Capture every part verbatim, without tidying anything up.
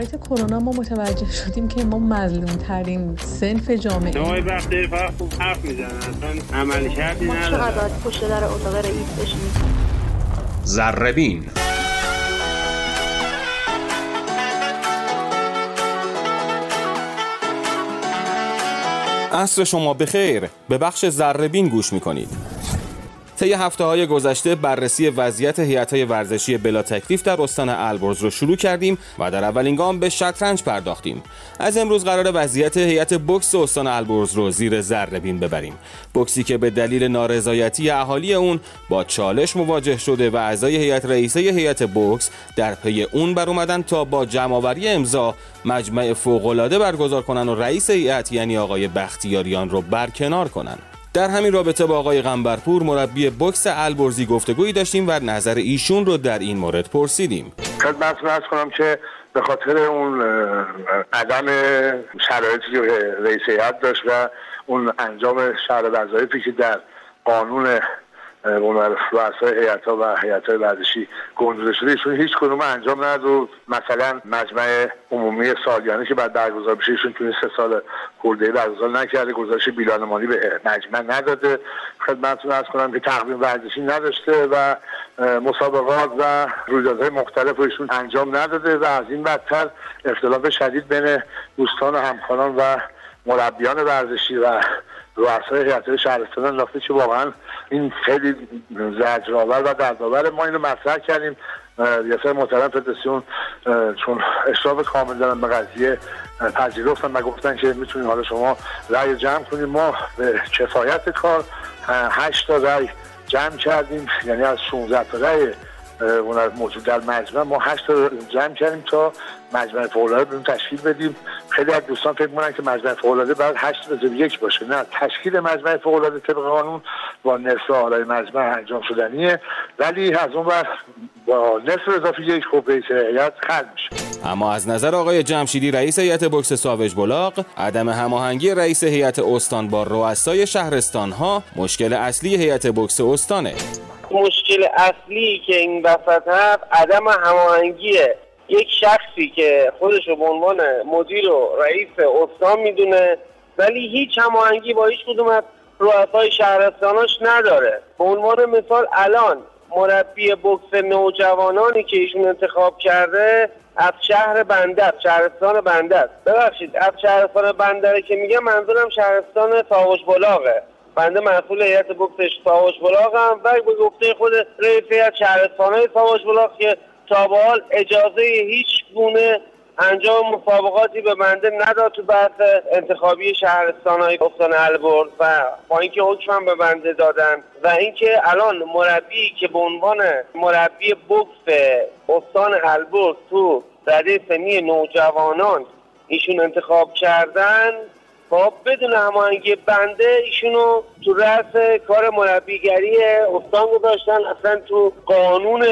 کرونا ما متوجه شدیم که ما مظلوم‌ترین صنف جامعه. نوعی وقتی فقط خوب حرف میزنن، اصلا عملی کردی نداره. ما چقدر پشت در اتاق رئیس بشیم. ذره‌بین. عصر شما بخیر. به بخش ذره‌بین گوش میکنید. طی هفته‌های گذشته بررسی وضعیت هیئت‌های ورزشی بلا تکلیف در استان البرز رو شروع کردیم و در اولین گام به شطرنج پرداختیم. از امروز قرار وضعیت هیئت بوکس استان البرز رو زیر ذره‌بین ببریم. بوکسی که به دلیل نارضایتی اهالی اون با چالش مواجه شده و اعضای هیئت رئیسه هیئت بوکس در پی اون بر اومدن تا با جمع‌آوری امضا مجمع فوق‌العاده برگزار کنن و رئیس هیئت یعنی آقای بختیاریان رو برکنار کنن. در همین رابطه با آقای قنبرپور مربی بوکس البرزی گفتگویی داشتیم و نظر ایشون رو در این مورد پرسیدیم. خدمتتون عرض کنم که به خاطر اون عدم شرایطی که رئیس هیئت داشت و اون انجام شرح وظایفی که در قانون رؤسای هیئت‌ها و هیئت‌های ورزشی گنجونده شده ایشون هیچ کدوم انجام نداد و مثلا مجمع عمومی سالیانه که بعد برگزار بشه ایشون توی سه سال خرده‌ای برگزار نکرده، گزارش بیلانمانی به مجمع نداده. خدمتتون عرض کنم که تقویم ورزشی نداشته و مسابقات و رویدادهای مختلف رو ایشون انجام نداده و از این بدتر اختلاف شدید بین دوستان و همکاران و مربیان ورزشی و رؤسای هیئت شهرستان انداخته که واقعا این خیلی زجرآور و دردآور. ما اینو مطرح کردیم. ریاست محترم فدراسیون چون اشراف کامل دارن به قضیه پذیرفتن و گفتن که میتونید حالا شما رأی جمع کنید. ما به کفایت کار هشت تا رأی جمع کردیم، یعنی از شانزده تا رأی موجود در مجمع ما هشت تا جمع کردیم تا مجمع فوق‌العاده رو تشکیل بدیم. خیلی از دوستان فکر می‌کنن که مجمع فوق‌العاده باید هشت به یک باشه. نه، تشکیل مجمع فوق‌العاده طبق قانون با نصف اعضای مجمع انجام شدنیه، ولی از اون ور با نصف اضافه یک خب رئیس هیئت خرج میشه. اما از نظر آقای جمشیدی رئیس هیئت بوکس ساوج بلاغ، عدم هماهنگی رئیس هیئت استان با رؤسای شهرستان‌ها مشکل اصلی هیئت بوکس استانه. مشکل اصلی که این وسط هست عدم هماهنگیه. یک شخصی که خودش رو به عنوان مدیر و رئیس استان میدونه ولی هیچ هماهنگی با هیچ کدوم از رؤسای شهرستاناش نداره. به عنوان مثال الان مربی بوکس نوجوانانی که ایشون انتخاب کرده از شهر بنده است، شهرستان بنده است. ببخشید از شهرستان بنده که میگم منظورم شهرستان ساوج بلاغه. بنده مسئول هیئت بوکس ساوج بلاغم و به گفته خود رئیس هیئت شهرستان‌های ساوج بلاغ که تا به حال اجازه هیچ گونه انجام مسابقاتی به بنده نداد تو بحث انتخابی شهرستان‌های استان البرز و با اینکه حکم به بنده دادن و اینکه الان مربی که به عنوان مربی بوکس استان البرز تو رده سنی نوجوانان ایشون انتخاب کردن خب بدون هماهنگی بنده ایشونو تو رأس کار مربیگری استان گذاشتن. اصلا تو قانون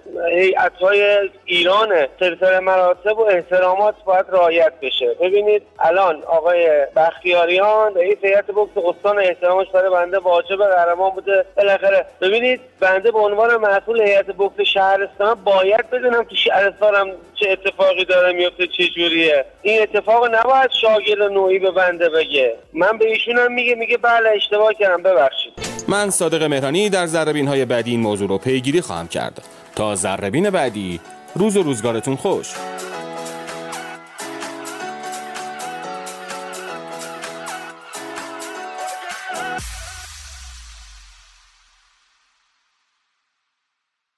هیئت‌های ایران سلسله مراتب و احترامات باید رعایت بشه. ببینید الان آقای بختیاریان رئیس هیئت بوکس استان احترامش برای بنده واجب قهرمان بوده بالاخره. ببینید بنده به عنوان مسئول هیئت بوکس شهرستان باید بدونم تو شهرستانم چه اتفاقی داره میفته چه جوریه. این اتفاق نباید شاگرد نوعی به بنده بگه. من به ایشونم میگه میگه بله اشتباه کردم ببخشید. من صادق مهرانی در ذره‌بین‌های بعدی این موضوع رو پیگیری خواهم کرد. تا ذره‌بین بعدی روز و روزگارتون خوش.